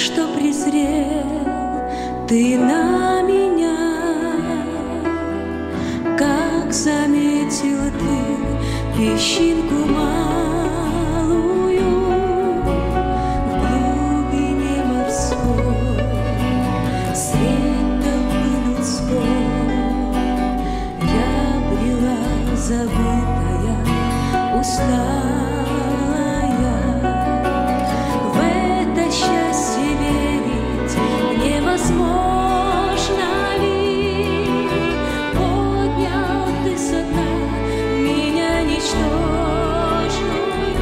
что презрел ты на меня, как заметил ты песчинку малую в глубине морской, средь толпы людской я брела забытая, усталая. В это счастье верить невозможно ли? Поднял ты со дна меня ничтожную,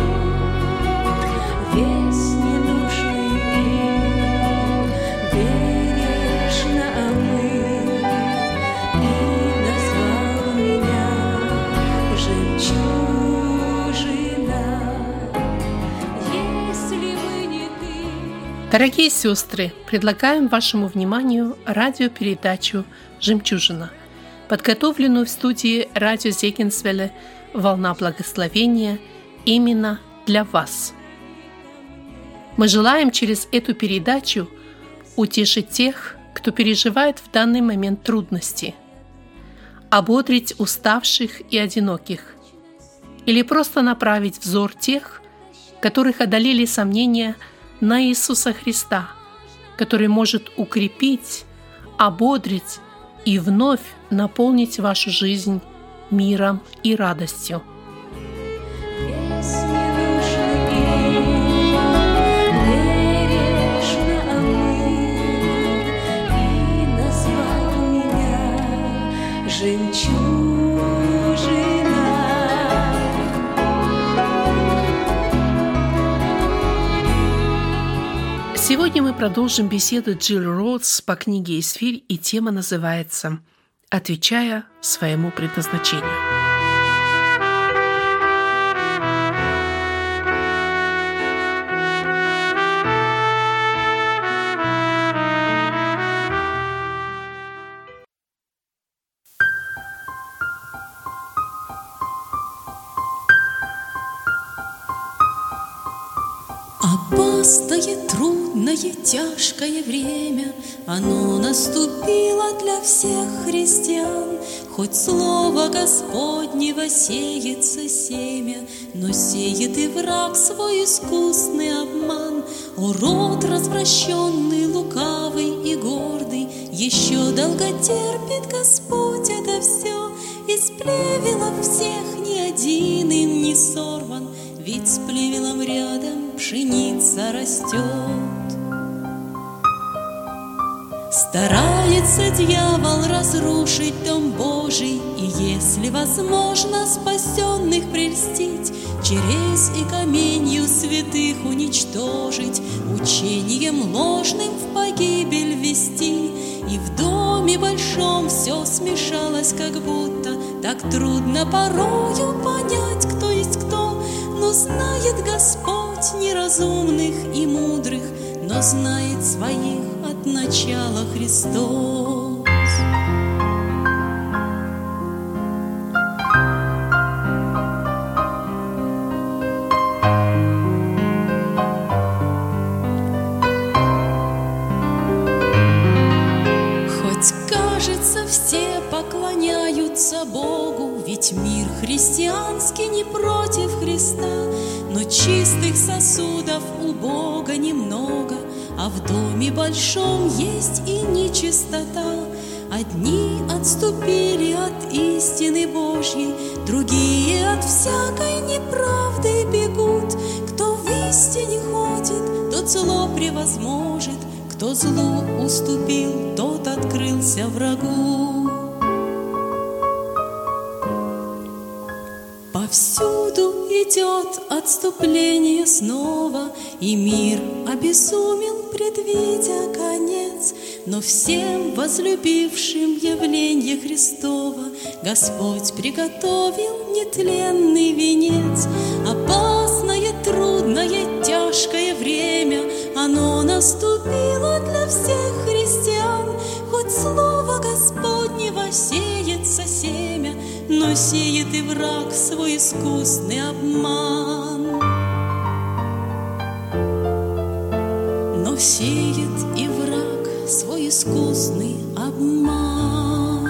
весь ненужный мир бережно омыл и назвал меня жемчужина. Если бы не ты. Дорогие сестры, предлагаем вашему вниманию радиопередачу «Жемчужина», подготовленную в студии радио Зегенсвелле «Волна благословения» именно для вас. Мы желаем через эту передачу утешить тех, кто переживает в данный момент трудности, ободрить уставших и одиноких, или просто направить взор тех, которых одолели сомнения, на Иисуса Христа, который может укрепить, ободрить и вновь наполнить вашу жизнь миром и радостью. Весь ненужный мир бережно омыл и назвал меня жемчужина. Сегодня мы продолжим беседу Джилл Роудс по книге «Исфирь», и тема называется «Отвечая своему предназначению». Опасное, трудное, тяжкое время, оно наступило для всех христиан. Хоть слово Господнего сеется семя, но сеет и враг свой искусный обман. О, род развращенный, лукавый и гордый, еще долго терпит Господь это все. Из плевелов всех ни один им не сорван, ведь с плевелом рядом пшеница растет. Старается дьявол разрушить дом Божий, и если возможно спасенных прельстить, через и каменью святых уничтожить, учением ложным в погибель вести. И в доме большом все смешалось как будто, так трудно порою понять, кто есть кто. Но знает Господь неразумных и мудрых, но знает своих от начала Христос. Хоть кажется, все поклоняются Богу, ведь мир христианский не против Христа, но чистых сосудов у Бога немного, а в доме большом есть и нечистота. Одни отступили от истины Божьей, другие от всякой неправды бегут. Кто в истине ходит, тот зло превозможет, кто злу уступил, тот открылся врагу. Повсюду идет отступление снова, и мир обезумел, предвидя конец. Но всем возлюбившим явление Христова Господь приготовил нетленный венец. Опасное, трудное, тяжкое время, оно наступило для всех христиан. Хоть слово Господнего сеется семя, но сеет и враг свой искусный обман. Но сеет и враг свой искусный обман.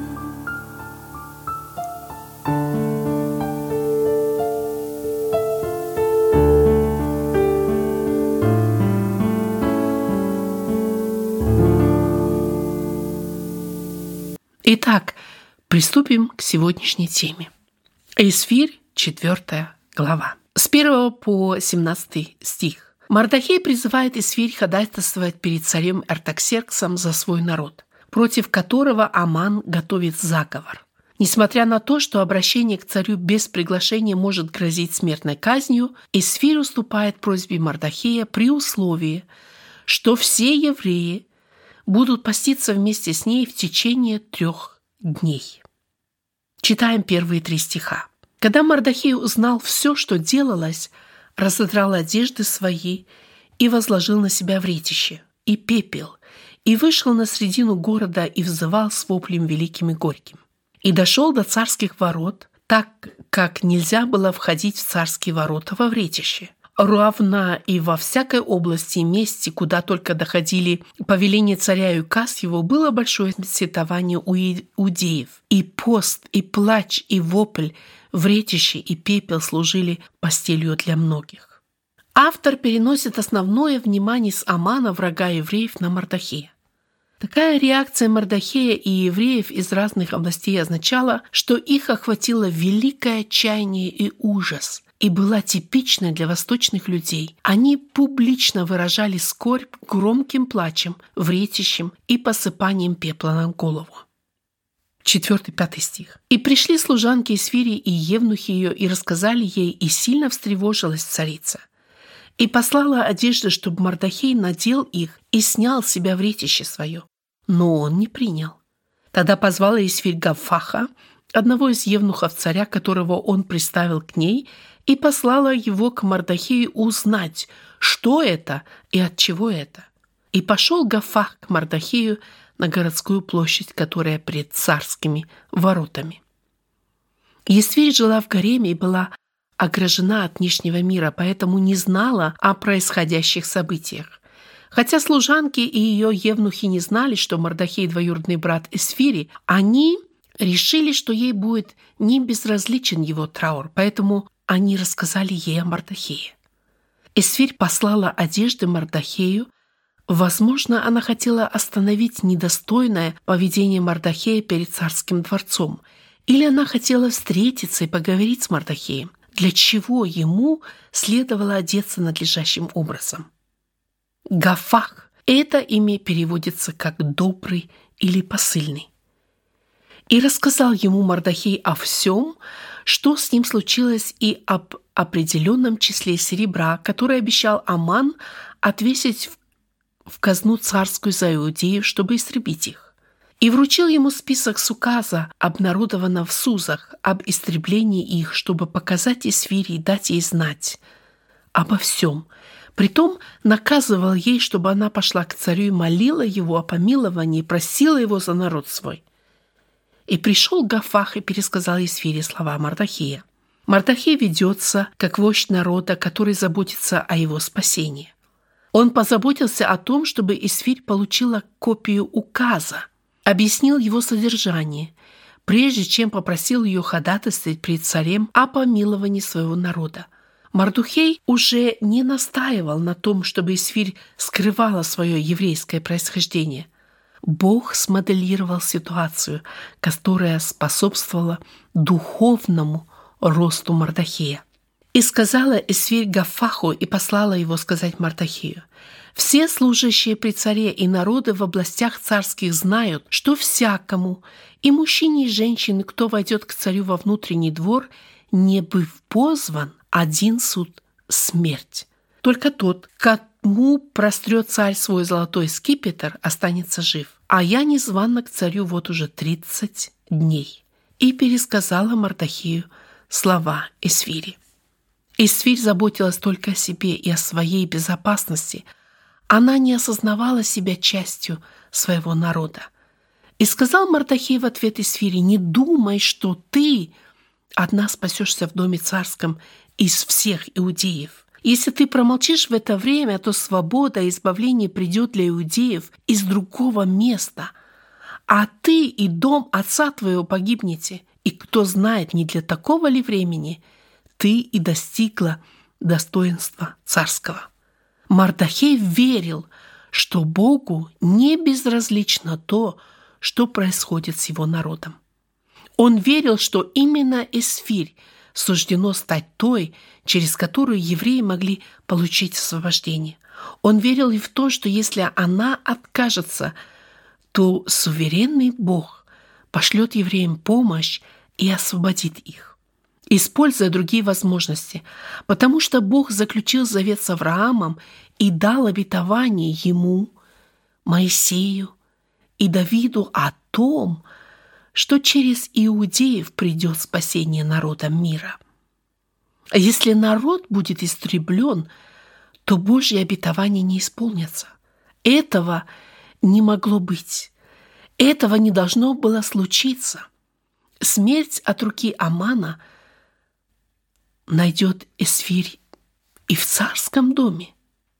Итак, приступим к сегодняшней теме. Эсфирь, 4 глава. С 1 по 17 стих. Мардохей призывает Эсфирь ходатайствовать перед царем Артаксерксом за свой народ, против которого Аман готовит заговор. Несмотря на то, что обращение к царю без приглашения может грозить смертной казнью, Эсфирь уступает просьбе Мардохея при условии, что все евреи будут поститься вместе с ней в течение 3 дней. Читаем первые 3 стиха. Когда Мардохей узнал все, что делалось, разодрал одежды свои и возложил на себя вретище и пепел, и вышел на средину города и взывал с воплем великим и горьким. И дошел до царских ворот, так как нельзя было входить в царские ворота во вретище. Равно и во всякой области и месте, куда только доходили повеления царя и указ его, было большое сетование у иудеев. И пост, и плач, и вопль, вретище и пепел служили постелью для многих. Автор переносит основное внимание с Амана, врага евреев, на Мардохея. Такая реакция Мардохея и евреев из разных областей означала, что их охватило великое отчаяние и ужас, и была типичной для восточных людей. Они публично выражали скорбь громким плачем, вретищем и посыпанием пепла на голову. 4-5 стих. «И пришли служанки Эсфири и евнухи ее, и рассказали ей, и сильно встревожилась царица. И послала одежды, чтобы Мардохей надел их и снял с себя вретище свое. Но он не принял. Тогда позвала Эсфирь Гафаха, одного из евнухов царя, которого он приставил к ней, и послала его к Мардохею узнать, что это и от чего это. И пошел Гафах к Мардохею на городскую площадь, которая пред царскими воротами. Эсфирь жила в гареме и была огражена от внешнего мира, поэтому не знала о происходящих событиях. Хотя служанки и ее евнухи не знали, что Мардохей двоюродный брат Эсфири, они решили, что ей будет не безразличен его траур, поэтому они рассказали ей о Мардохее. Эсфирь послала одежды Мардохею. Возможно, она хотела остановить недостойное поведение Мардохея перед царским дворцом, или она хотела встретиться и поговорить с Мардохеем, для чего ему следовало одеться надлежащим образом. Гафах – это имя переводится как «добрый» или «посыльный». И рассказал ему Мардохей о всем, что с ним случилось, и об определенном числе серебра, которое обещал Аман отвесить в казну царскую за иудеев, чтобы истребить их. И вручил ему список с указа, обнародованного в Сузах, об истреблении их, чтобы показать Эсфири и дать ей знать обо всем. Притом наказывал ей, чтобы она пошла к царю и молила его о помиловании, просила его за народ свой. И пришел Гафах и пересказал Эсфире слова Мардохея. Мардохей ведется, как вождь народа, который заботится о его спасении. Он позаботился о том, чтобы Эсфирь получила копию указа, объяснил его содержание, прежде чем попросил ее ходатайствовать перед царем о помиловании своего народа. Мардохей уже не настаивал на том, чтобы Эсфирь скрывала свое еврейское происхождение. Бог смоделировал ситуацию, которая способствовала духовному росту Мардохея. «И сказала Эсфирь Гафаху и послала его сказать Мардохею: все служащие при царе и народы в областях царских знают, что всякому, и мужчине, и женщине, кто войдет к царю во внутренний двор, не быв позван, один суд – смерть. Только тот, кому прострет царь свой золотой скипетр, останется жив. А я незвана к царю вот уже 30 дней». И пересказала Мардохею слова Эсфири. Эсфирь заботилась только о себе и о своей безопасности. Она не осознавала себя частью своего народа. И сказал Мардохей в ответ Эсфири: «Не думай, что ты одна спасешься в доме царском из всех иудеев. Если ты промолчишь в это время, то свобода и избавление придет для иудеев из другого места, а ты и дом отца твоего погибнете. И кто знает, не для такого ли времени ты и достигла достоинства царского». Мардахей верил, что Богу не безразлично то, что происходит с его народом. Он верил, что именно Эсфирь суждено стать той, через которую евреи могли получить освобождение. Он верил и в то, что если она откажется, то суверенный Бог пошлет евреям помощь и освободит их, используя другие возможности, потому что Бог заключил завет с Авраамом и дал обетование ему, Моисею и Давиду о том, что через иудеев придет спасение народа мира. А если народ будет истреблен, то Божьи обетования не исполнятся. Этого не могло быть. Этого не должно было случиться. Смерть от руки Амана найдет Эсфирь и в царском доме.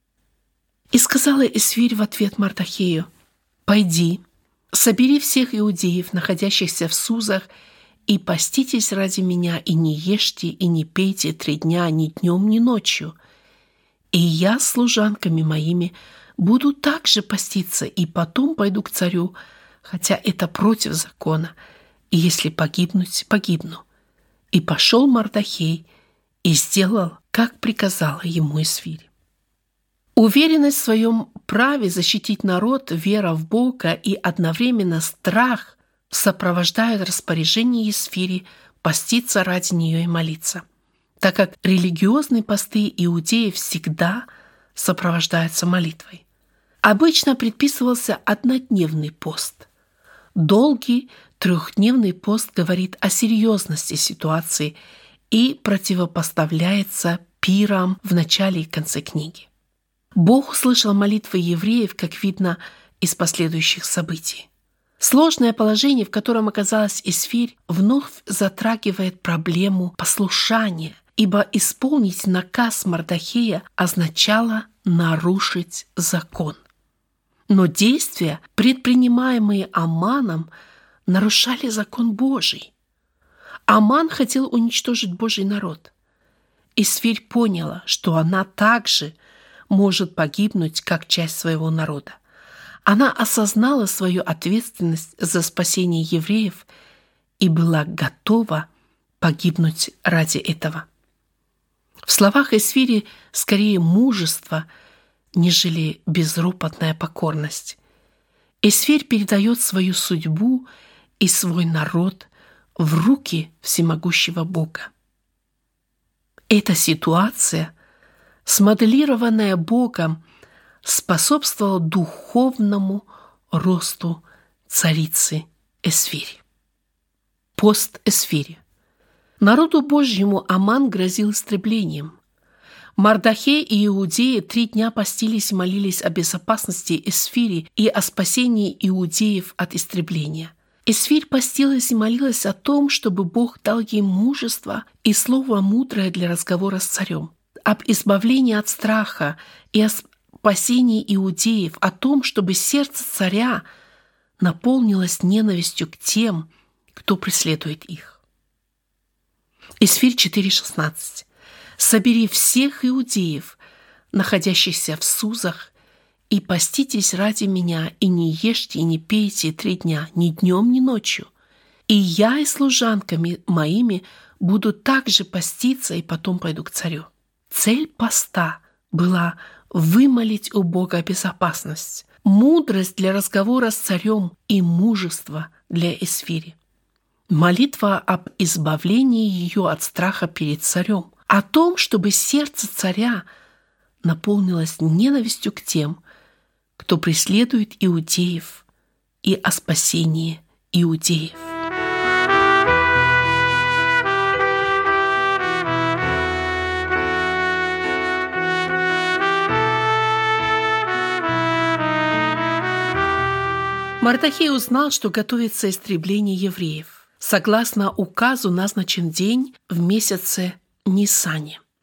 И сказала Эсфирь в ответ Мардахею: «Пойди, собери всех иудеев, находящихся в Сузах, и поститесь ради меня, и не ешьте, и не пейте 3 дня ни днем, ни ночью. И я с служанками моими буду также поститься, и потом пойду к царю, хотя это против закона, и если погибнуть, погибну». И пошел Мардахей и сделал, как приказала ему Эсфирь. Уверенность в своем праве защитить народ, вера в Бога и одновременно страх сопровождают распоряжение Эсфири поститься ради нее и молиться, так как религиозные посты иудеев всегда сопровождаются молитвой. Обычно предписывался однодневный пост. Долгий 3-дневный пост говорит о серьезности ситуации и противопоставляется пирам в начале и конце книги. Бог услышал молитвы евреев, как видно из последующих событий. Сложное положение, в котором оказалась Эсфирь, вновь затрагивает проблему послушания, ибо исполнить наказ Мардахея означало нарушить закон. Но действия, предпринимаемые Аманом, нарушали закон Божий. Аман хотел уничтожить Божий народ. Эсфирь поняла, что она также может погибнуть как часть своего народа. Она осознала свою ответственность за спасение евреев и была готова погибнуть ради этого. В словах Эсфири скорее мужество, нежели безропотная покорность. Эсфирь передает свою судьбу и свой народ в руки всемогущего Бога. Эта ситуация, смоделированная Богом, способствовала духовному росту царицы Эсфири. Пост Эсфири. Народу Божьему Аман грозил истреблением. Мардахей и иудеи 3 дня постились и молились о безопасности Эсфири и о спасении иудеев от истребления. Эсфирь постилась и молилась о том, чтобы Бог дал ей мужество и слово мудрое для разговора с царем, об избавлении от страха и о спасении иудеев, о том, чтобы сердце царя наполнилось ненавистью к тем, кто преследует их. Эсфирь 4:16. «Собери всех иудеев, находящихся в Сузах, и поститесь ради меня, и не ешьте, и не пейте 3 дня, ни днем, ни ночью. И я и служанками моими буду также поститься, и потом пойду к царю». Цель поста была вымолить у Бога безопасность, мудрость для разговора с царем и мужество для Эсфири. Молитва об избавлении ее от страха перед царем, о том, чтобы сердце царя наполнилось ненавистью к тем, кто преследует иудеев, и о спасении иудеев. Мардахей узнал, что готовится истребление евреев. Согласно указу, назначен день в месяце Нисане.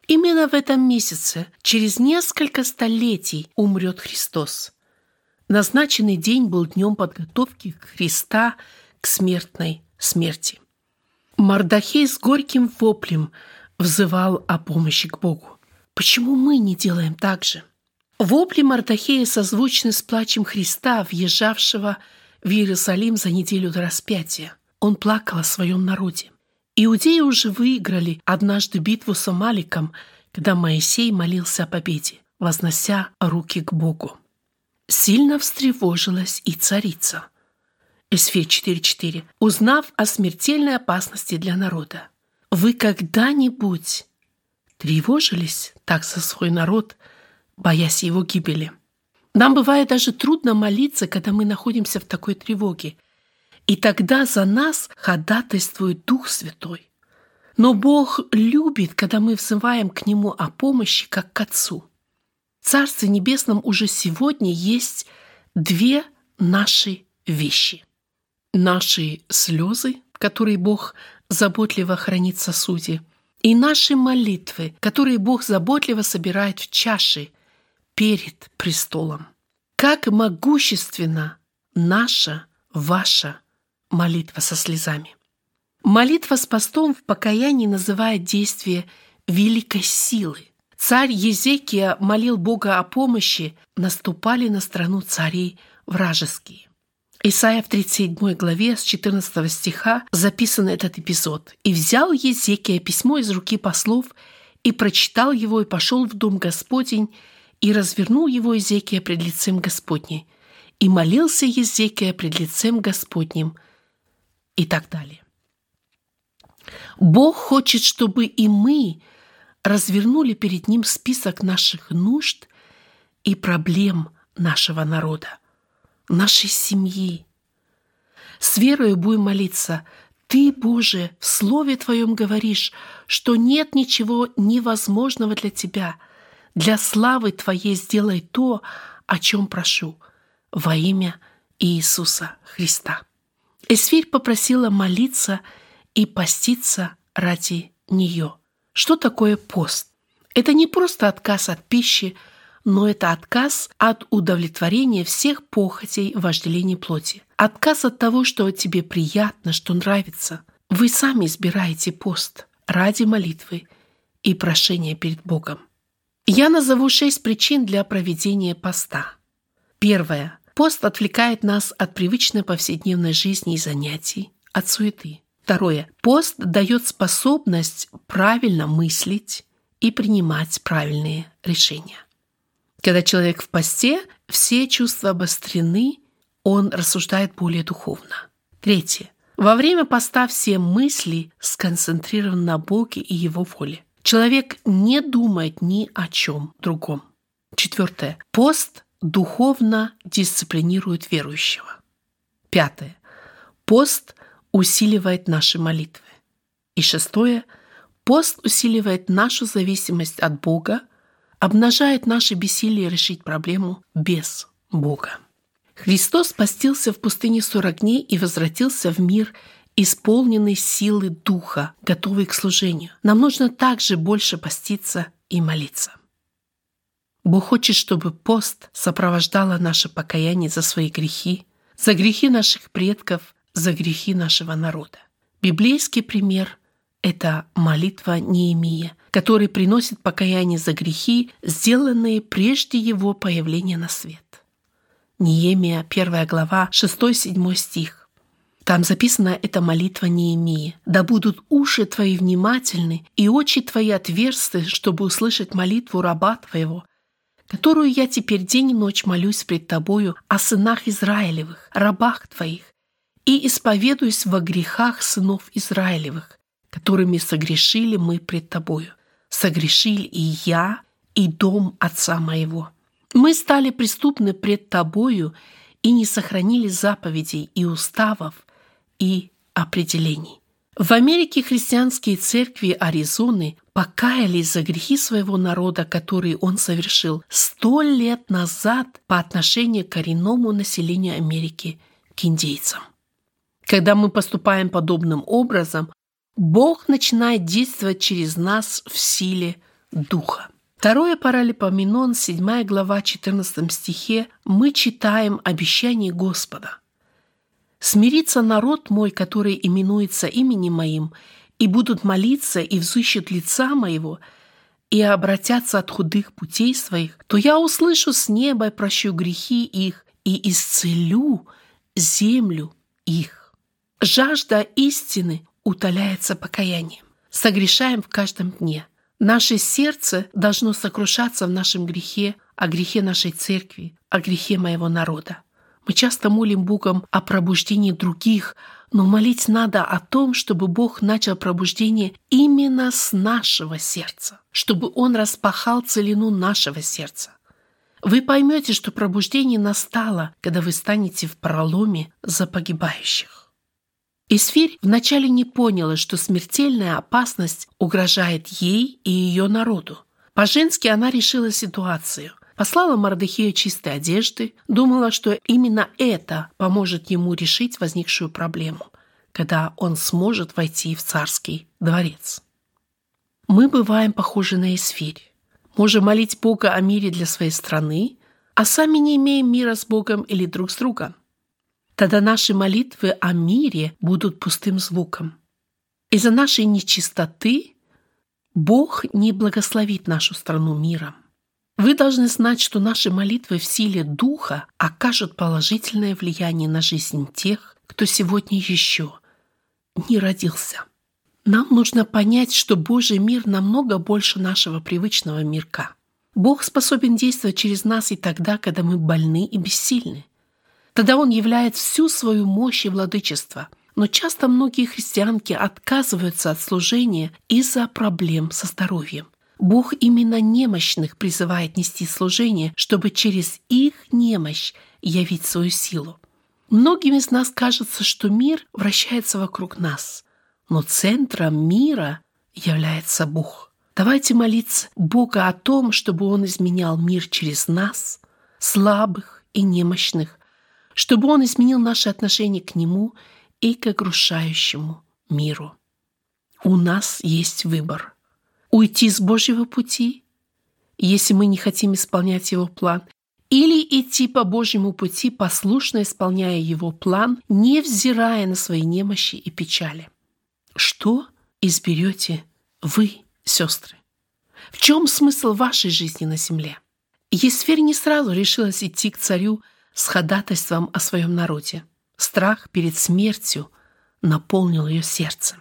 Именно в этом месяце, через несколько столетий, умрет Христос. Назначенный день был днем подготовки Христа к смертной смерти. Мардахей с горьким воплем взывал о помощи к Богу. Почему мы не делаем так же? Вопли Мардахея созвучны с плачем Христа, въезжавшего в Иерусалим за неделю до распятия. Он плакал о своем народе. Иудеи уже выиграли однажды битву с Амаликом, когда Моисей молился о победе, вознося руки к Богу. Сильно встревожилась и царица. Эсфирь 4:4. Узнав о смертельной опасности для народа. Вы когда-нибудь тревожились так за свой народ, боясь его гибели? Нам бывает даже трудно молиться, когда мы находимся в такой тревоге. И тогда за нас ходатайствует Дух Святой. Но Бог любит, когда мы взываем к Нему о помощи, как к Отцу. В Царстве Небесном уже сегодня есть две наши вещи. Наши слезы, которые Бог заботливо хранит в сосуде, и наши молитвы, которые Бог заботливо собирает в чаше перед престолом. Как могущественна наша, ваша молитва со слезами. Молитва с постом в покаянии называет действие великой силы. Царь Езекия молил Бога о помощи, наступали на страну цари вражеские. Исайя в 37 главе с 14 стиха записан этот эпизод. «И взял Езекия письмо из руки послов, и прочитал его, и пошел в дом Господень, и развернул его Езекия пред лицем Господним, и молился Езекия пред лицем Господним», и так далее. Бог хочет, чтобы и мы развернули перед Ним список наших нужд и проблем нашего народа, нашей семьи. С верою будем молиться: «Ты, Боже, в Слове Твоем говоришь, что нет ничего невозможного для Тебя. Для славы Твоей сделай то, о чем прошу, во имя Иисуса Христа». Эсфирь попросила молиться и поститься ради нее. Что такое пост? Это не просто отказ от пищи, но это отказ от удовлетворения всех похотей вожделений плоти. Отказ от того, что тебе приятно, что нравится. Вы сами избираете пост ради молитвы и прошения перед Богом. Я назову 6 причин для проведения поста. Первое. Пост отвлекает нас от привычной повседневной жизни и занятий, от суеты. Второе. Пост дает способность правильно мыслить и принимать правильные решения. Когда человек в посте, все чувства обострены, он рассуждает более духовно. Третье. Во время поста все мысли сконцентрированы на Боге и Его воле. Человек не думает ни о чем другом. Четвертое. Пост духовно дисциплинирует верующего. Пятое. Пост усиливает наши молитвы. И шестое. Пост усиливает нашу зависимость от Бога, обнажает наше бессилие решить проблему без Бога. Христос постился в пустыне 40 дней и возвратился в мир, исполненный силы Духа, готовый к служению. Нам нужно также больше поститься и молиться. Бог хочет, чтобы пост сопровождало наше покаяние за свои грехи, за грехи наших предков, за грехи нашего народа. Библейский пример – это молитва Неемия, который приносит покаяние за грехи, сделанные прежде его появления на свет. Неемия, 1 глава, 6-7 стих. Там записана эта молитва Неемии. «Да будут уши твои внимательны и очи твои отверсты, чтобы услышать молитву раба твоего, которую я теперь день и ночь молюсь пред тобою о сынах Израилевых, рабах твоих, и исповедуюсь во грехах сынов Израилевых, которыми согрешили мы пред тобою. Согрешили и я, и дом отца моего. Мы стали преступны пред тобою и не сохранили заповедей и уставов и определений». В Америке христианские церкви Аризоны покаялись за грехи своего народа, которые он совершил 100 лет назад по отношению к коренному населению Америки, к индейцам. Когда мы поступаем подобным образом, Бог начинает действовать через нас в силе Духа. 2 Паралипоменон, 7 глава, 14 стихе мы читаем обещание Господа. «Смирится народ мой, который именуется именем моим, и будут молиться, и взыщут лица моего, и обратятся от худых путей своих, то я услышу с неба и прощу грехи их, и исцелю землю их». Жажда истины утоляется покаянием. Согрешаем в каждом дне. Наше сердце должно сокрушаться в нашем грехе, о грехе нашей церкви, о грехе моего народа. Мы часто молим Богом о пробуждении других, но молить надо о том, чтобы Бог начал пробуждение именно с нашего сердца, чтобы Он распахал целину нашего сердца. Вы поймете, что пробуждение настало, когда вы станете в проломе за погибающих. Исфирь вначале не поняла, что смертельная опасность угрожает ей и ее народу. По-женски она решила ситуацию. Послала Мордехею чистой одежды, думала, что именно это поможет ему решить возникшую проблему, когда он сможет войти в царский дворец. Мы бываем похожи на Исфирь. Можем молить Бога о мире для своей страны, а сами не имеем мира с Богом или друг с другом. Тогда наши молитвы о мире будут пустым звуком. Из-за нашей нечистоты Бог не благословит нашу страну миром. Вы должны знать, что наши молитвы в силе Духа окажут положительное влияние на жизнь тех, кто сегодня еще не родился. Нам нужно понять, что Божий мир намного больше нашего привычного мирка. Бог способен действовать через нас и тогда, когда мы больны и бессильны. Тогда Он являет всю свою мощь и владычество. Но часто многие христианки отказываются от служения из-за проблем со здоровьем. Бог именно немощных призывает нести служение, чтобы через их немощь явить свою силу. Многим из нас кажется, что мир вращается вокруг нас, но центром мира является Бог. Давайте молиться Бога о том, чтобы Он изменял мир через нас, слабых и немощных, чтобы Он изменил наше отношение к Нему и к окружающему миру. У нас есть выбор. Уйти с Божьего пути, если мы не хотим исполнять Его план, или идти по Божьему пути, послушно исполняя Его план, невзирая на свои немощи и печали. Что изберете вы, сестры? В чем смысл вашей жизни на земле? Исфирь не сразу решилась идти к царю с ходатайством о своем народе. Страх перед смертью наполнил ее сердце.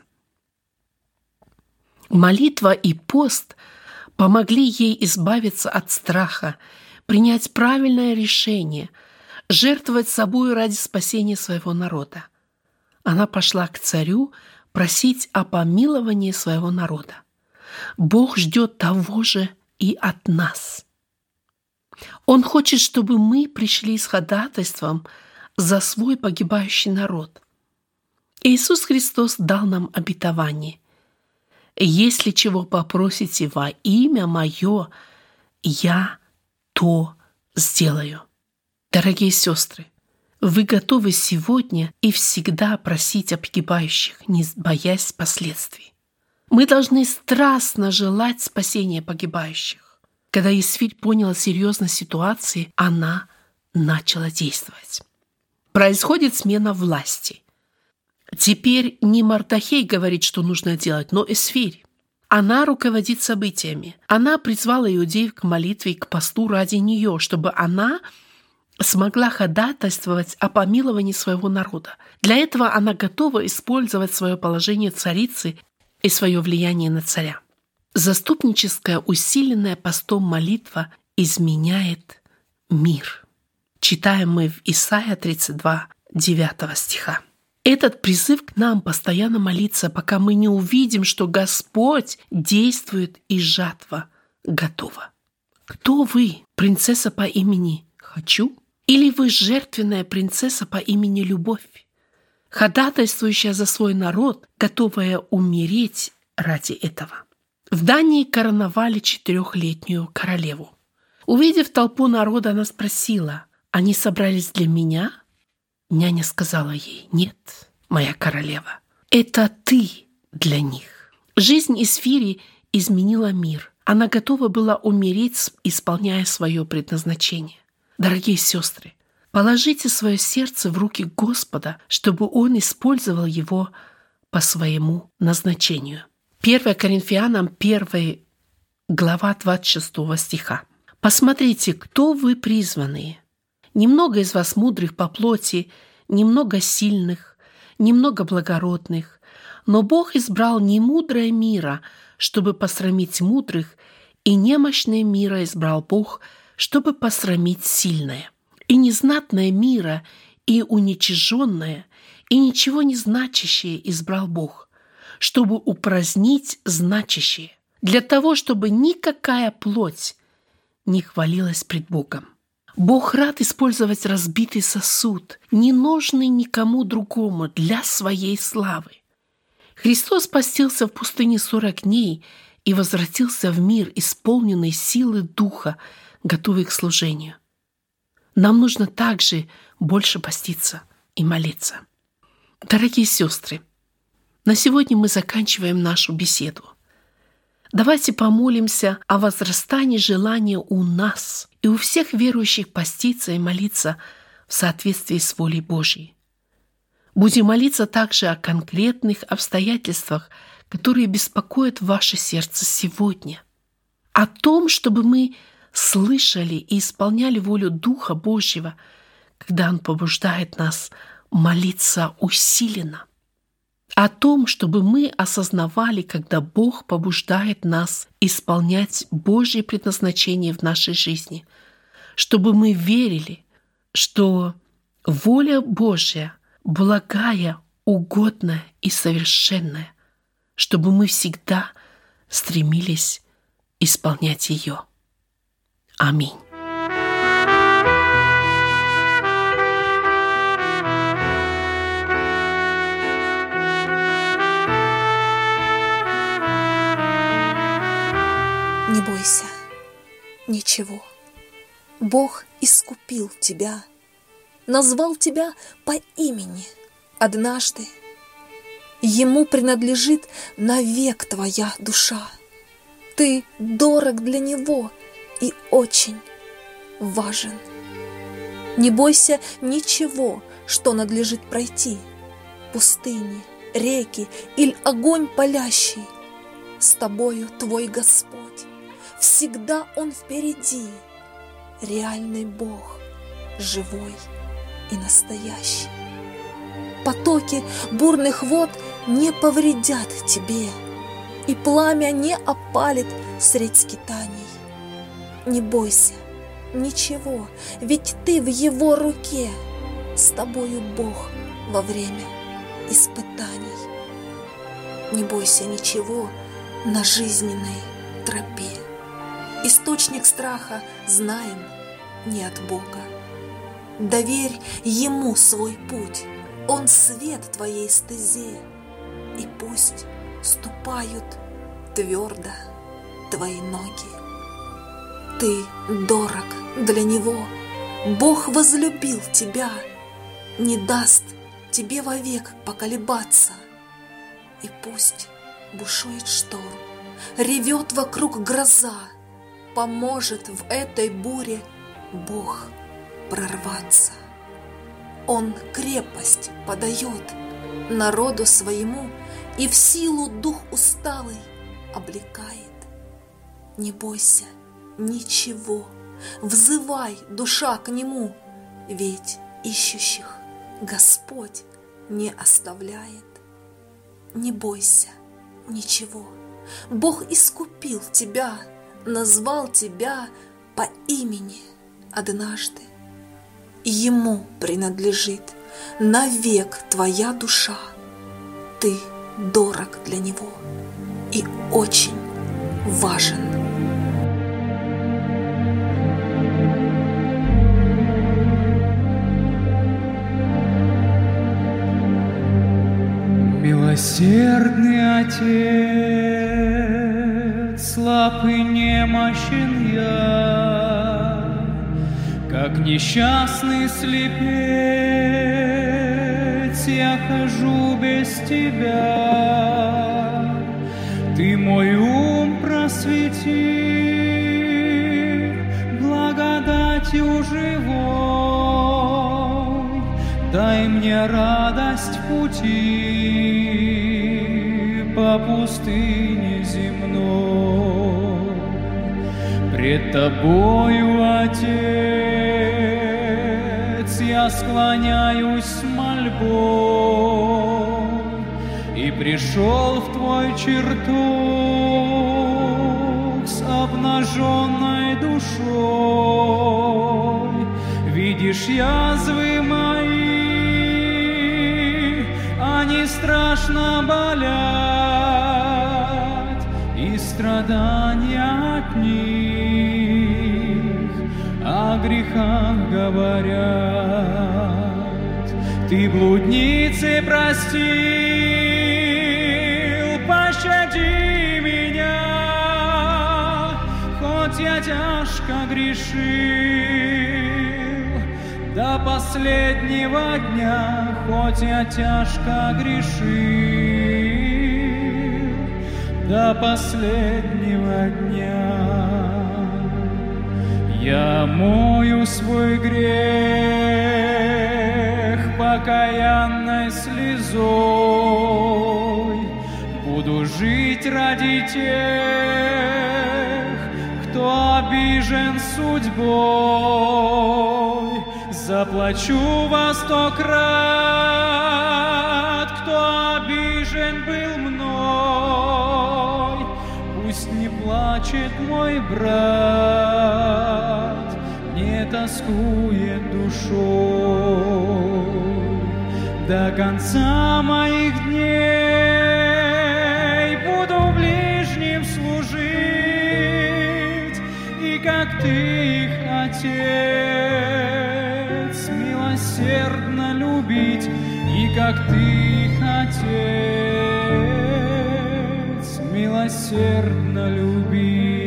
Молитва и пост помогли ей избавиться от страха, принять правильное решение, жертвовать собой ради спасения своего народа. Она пошла к царю просить о помиловании своего народа. Бог ждет того же и от нас. Он хочет, чтобы мы пришли с ходатайством за свой погибающий народ. Иисус Христос дал нам обетование: «Если чего попросите во имя Мое, я то сделаю». Дорогие сестры, вы готовы сегодня и всегда просить о погибающих, не боясь последствий. Мы должны страстно желать спасения погибающих. Когда Исфирь поняла серьезность ситуации, она начала действовать. Происходит смена власти. Теперь не Мордехей говорит, что нужно делать, но Исфирь. Она руководит событиями. Она призвала иудеев к молитве и к посту ради нее, чтобы она смогла ходатайствовать о помиловании своего народа. Для этого она готова использовать свое положение царицы и свое влияние на царя. Заступническая, усиленная постом молитва изменяет мир. Читаем мы в Исайя 32, 9 стиха. Этот призыв к нам постоянно молиться, пока мы не увидим, что Господь действует и жатва готова. Кто вы, принцесса по имени «Хочу»? Или вы жертвенная принцесса по имени «Любовь», ходатайствующая за свой народ, готовая умереть ради этого? В Дании короновали 4-летнюю королеву. Увидев толпу народа, она спросила: «Они собрались для меня?» Няня сказала ей: «Нет, моя королева, это ты для них». Жизнь Исфири изменила мир. Она готова была умереть, исполняя свое предназначение. Дорогие сестры, положите свое сердце в руки Господа, чтобы Он использовал его по своему назначению. 1 Коринфянам 1 глава 26 стиха. «Посмотрите, кто вы призванные. Немного из вас мудрых по плоти, немного сильных, немного благородных. Но Бог избрал немудрое мира, чтобы посрамить мудрых, и немощное мира избрал Бог, чтобы посрамить сильное. И незнатное мира, и уничиженное, и ничего не значащее избрал Бог, чтобы упразднить значащее, для того, чтобы никакая плоть не хвалилась пред Богом. Бог рад использовать разбитый сосуд, не нужный никому другому, для своей славы. Христос постился в пустыне 40 дней и возвратился в мир, исполненный силы Духа, готовый к служению. Нам нужно также больше поститься и молиться. Дорогие сестры, на сегодня мы заканчиваем нашу беседу. Давайте помолимся о возрастании желания у нас и у всех верующих поститься и молиться в соответствии с волей Божьей. Будем молиться также о конкретных обстоятельствах, которые беспокоят ваше сердце сегодня. О том, чтобы мы слышали и исполняли волю Духа Божьего, когда Он побуждает нас молиться усиленно. О том, чтобы мы осознавали, когда Бог побуждает нас исполнять Божье предназначение в нашей жизни, чтобы мы верили, что воля Божья благая, угодная и совершенная, чтобы мы всегда стремились исполнять ее. Аминь. Не бойся, ничего. Бог искупил тебя, назвал тебя по имени однажды. Ему принадлежит навек твоя душа. Ты дорог для Него и очень важен. Не бойся ничего, что надлежит пройти. Пустыни, реки или огонь палящий. С тобою твой Господь. Всегда Он впереди. Реальный Бог, живой и настоящий. Потоки бурных вод не повредят тебе, и пламя не опалит средь скитаний. Не бойся ничего, ведь ты в Его руке, с тобою Бог во время испытаний. Не бойся ничего на жизненной тропе. Источник страха знаем не от Бога. Доверь Ему свой путь, Он свет твоей стезе, и пусть ступают твердо твои ноги. Ты дорог для Него, Бог возлюбил тебя, не даст тебе вовек поколебаться. И пусть бушует шторм, ревет вокруг гроза, поможет в этой буре Бог прорваться. Он крепость подает народу своему и в силу дух усталый облекает. Не бойся ничего, взывай, душа, к Нему, ведь ищущих Господь не оставляет. Не бойся ничего, Бог искупил тебя, назвал тебя по имени однажды. Ему принадлежит навек твоя душа. Ты дорог для Него и очень важен. Милосердный Отец, слаб и немощен я, как несчастный слепец, я хожу без Тебя. Ты мой ум просветил, освети благодатью живой, дай мне радость в пути по пустыне земной. Пред Тобою, Отец, я склоняюсь с мольбой и пришел в Твой чертог с обнаженной душой. Видишь язвы мои, они страшно болят, и страдания от них о грехах говорят. Ты блудницы простил, пощади меня, хоть я тяжко грешил до последнего дня, хоть я тяжко грешил до последнего дня. Я мою свой грех покаянной слезой, буду жить ради тех, кто обижен судьбой. Заплачу во 100 крат, кто обижен был мной. Пусть не плачет мой брат, не тоскует душой. До конца моих дней буду ближним служить, и как Ты их Отец милосердно любить, и как Ты их Отец милосердно любить.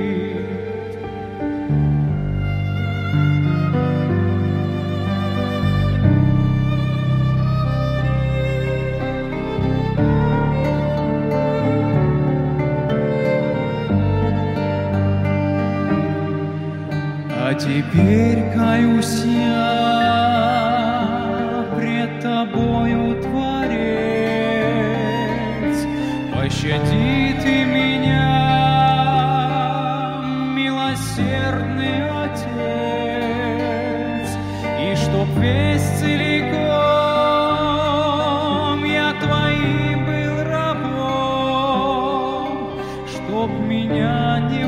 А теперь каюсь я пред Тобою, Творец, пощади Ты меня, милосердный Отец, и чтоб весь целиком я Твоим был рабом, чтоб меня не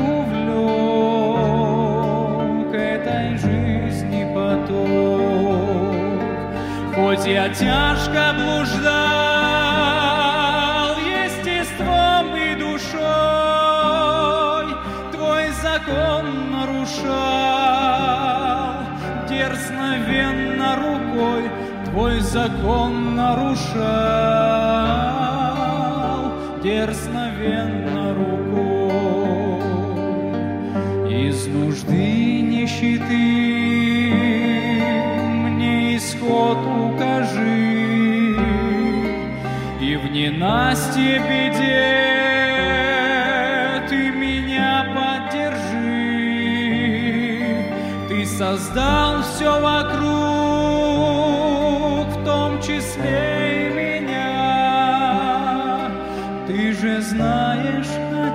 увлек этой жизни поток. Хоть я тяжко блуждал естеством и душой, Твой закон нарушал дерзновенно рукой, Твой закон нарушал дерзновенно рукой. Из нужды нищеты мне исход укажи, и в ненастье беде Ты меня поддержи. Ты создал все вокруг, в том числе и меня. Ты же знаешь,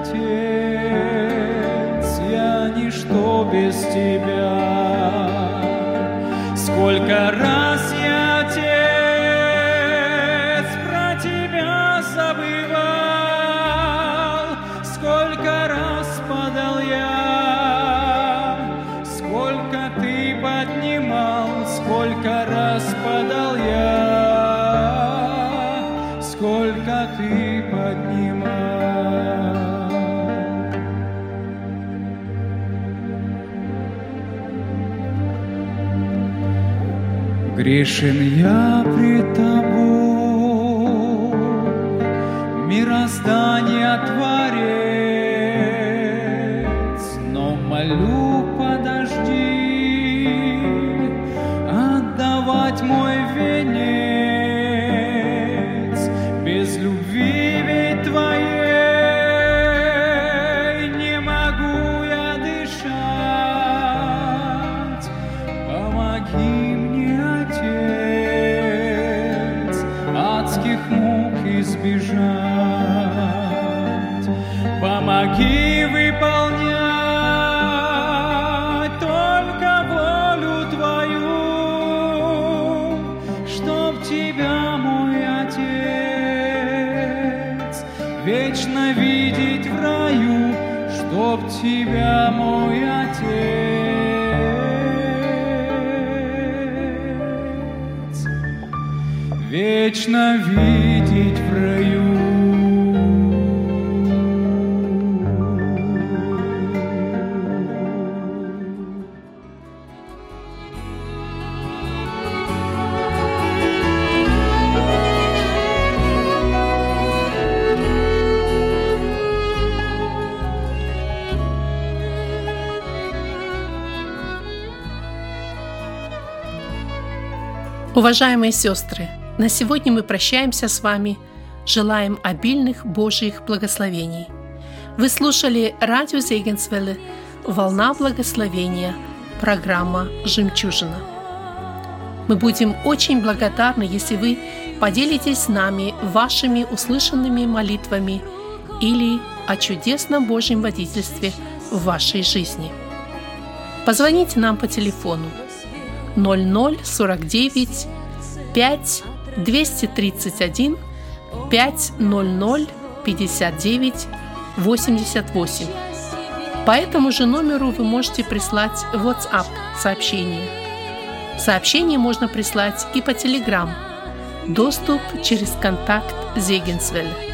Отец, я ничто без Тебя. Сколько раз я, Отец, про Тебя забывал, сколько раз падал я, сколько Ты поднимал, сколько раз падал я, сколько Ты поднимал. Грешен я пред Тобой, мироздания Творец, но молю, подожди отдавать мой венец. Без любви ведь Твоей не вечно видеть в раю. Уважаемые сестры, на сегодня мы прощаемся с вами, желаем обильных Божьих благословений. Вы слушали радио Зегенсвелле «Волна благословения», программа «Жемчужина». Мы будем очень благодарны, если вы поделитесь с нами вашими услышанными молитвами или о чудесном Божьем водительстве в вашей жизни. Позвоните нам по телефону 0049 5 231 500 59 88. По этому же номеру вы можете прислать WhatsApp сообщение. Сообщение можно прислать и по Telegram. Доступ через контакт Зегенсвелле.